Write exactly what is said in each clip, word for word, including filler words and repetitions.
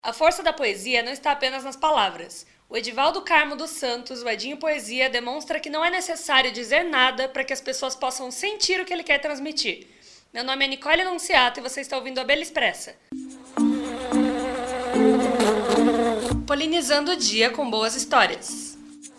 A força da poesia não está apenas nas palavras. O Edivaldo Carmo dos Santos, o Edinho Poesia, demonstra que não é necessário dizer nada para que as pessoas possam sentir o que ele quer transmitir. Meu nome é Nicole Anunciato e você está ouvindo a Abelha Expressa. Polinizando o dia com boas histórias.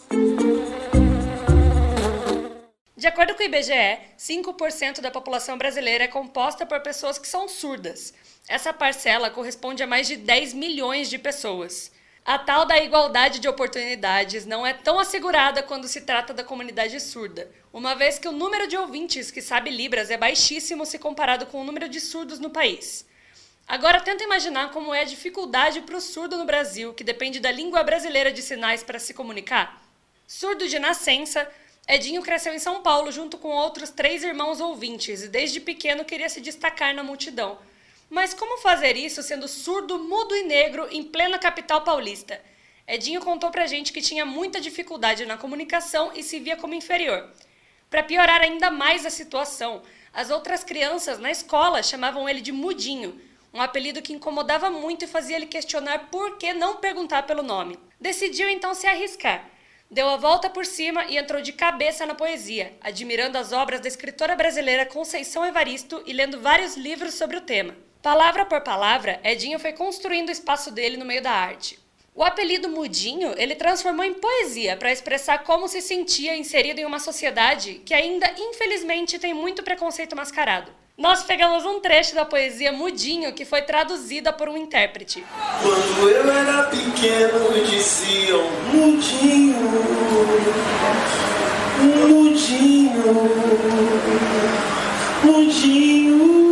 De acordo com o I B G E, cinco por cento da população brasileira é composta por pessoas que são surdas. Essa parcela corresponde a mais de dez milhões de pessoas. A tal da igualdade de oportunidades não é tão assegurada quando se trata da comunidade surda, uma vez que o número de ouvintes que sabe Libras é baixíssimo se comparado com o número de surdos no país. Agora tenta imaginar como é a dificuldade para o surdo no Brasil, que depende da língua brasileira de sinais para se comunicar. Surdo de nascença, Edinho cresceu em São Paulo junto com outros três irmãos ouvintes e desde pequeno queria se destacar na multidão. Mas como fazer isso sendo surdo, mudo e negro em plena capital paulista? Edinho contou pra gente que tinha muita dificuldade na comunicação e se via como inferior. Para piorar ainda mais a situação, as outras crianças na escola chamavam ele de Mudinho, um apelido que incomodava muito e fazia ele questionar por que não perguntar pelo nome. Decidiu então se arriscar. Deu a volta por cima e entrou de cabeça na poesia, admirando as obras da escritora brasileira Conceição Evaristo e lendo vários livros sobre o tema. Palavra por palavra, Edinho foi construindo o espaço dele no meio da arte. O apelido Mudinho ele transformou em poesia para expressar como se sentia inserido em uma sociedade que ainda, infelizmente, tem muito preconceito mascarado. Nós pegamos um trecho da poesia Mudinho que foi traduzida por um intérprete. Quando eu era pequeno diziam Mudinho, Mudinho, Mudinho.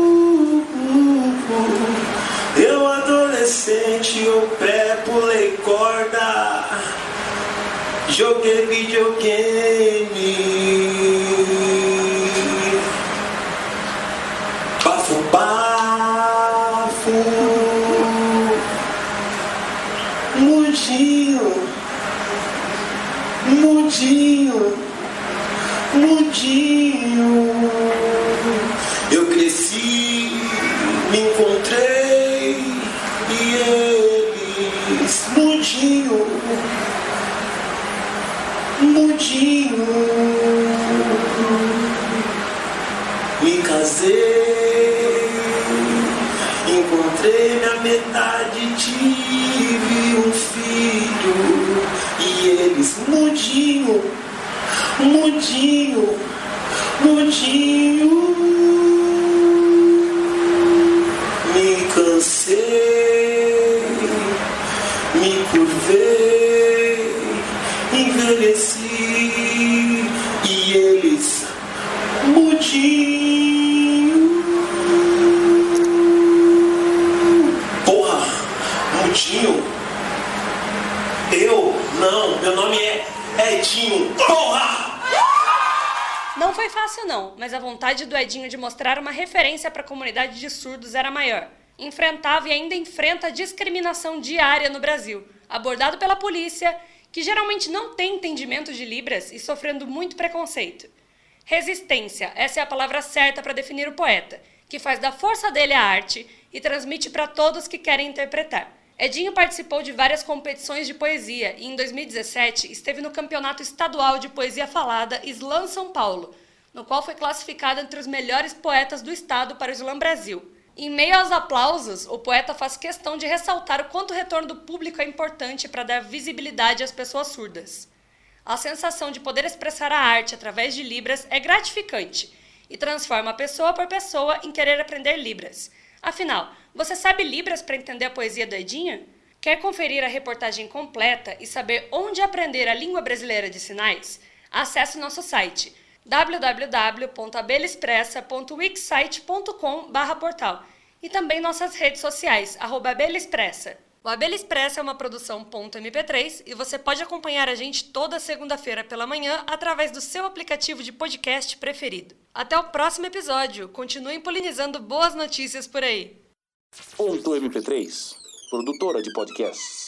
Eu adolescente, eu pré, pulei corda, joguei videogame, bafo, bafo, mudinho, mudinho, mudinho. Eu cresci, me encontrei e eles mudinho, mudinho. Me casei, encontrei minha metade, tive um filho e eles mudinho, mudinho, mudinho. Me cansei, me curvei, envelheci e eles mudinho. Porra, mudinho? Eu? Não, meu nome é Edinho. Porra! Não foi fácil não, mas a vontade do Edinho de mostrar uma referência para a comunidade de surdos era maior. Enfrentava e ainda enfrenta a discriminação diária no Brasil, abordado pela polícia, que geralmente não tem entendimento de Libras e sofrendo muito preconceito. Resistência, essa é a palavra certa para definir o poeta, que faz da força dele a arte e transmite para todos que querem interpretar. Edinho participou de várias competições de poesia e, em dois mil e dezessete, esteve no Campeonato Estadual de Poesia Falada Slam São Paulo, no qual foi classificado entre os melhores poetas do estado para o Slam Brasil. Em meio aos aplausos, o poeta faz questão de ressaltar o quanto o retorno do público é importante para dar visibilidade às pessoas surdas. A sensação de poder expressar a arte através de Libras é gratificante e transforma pessoa por pessoa em querer aprender Libras. Afinal, você sabe Libras para entender a poesia do Edinho? Quer conferir a reportagem completa e saber onde aprender a língua brasileira de sinais? Acesse nosso site w w w ponto abelha expressa ponto wixsite ponto com barra portal e também nossas redes sociais, arroba Abelha Expressa. O Abelha Expressa é uma produção .m p três e você pode acompanhar a gente toda segunda-feira pela manhã através do seu aplicativo de podcast preferido. Até o próximo episódio. Continuem polinizando boas notícias por aí. Ponto M P três, produtora de podcasts.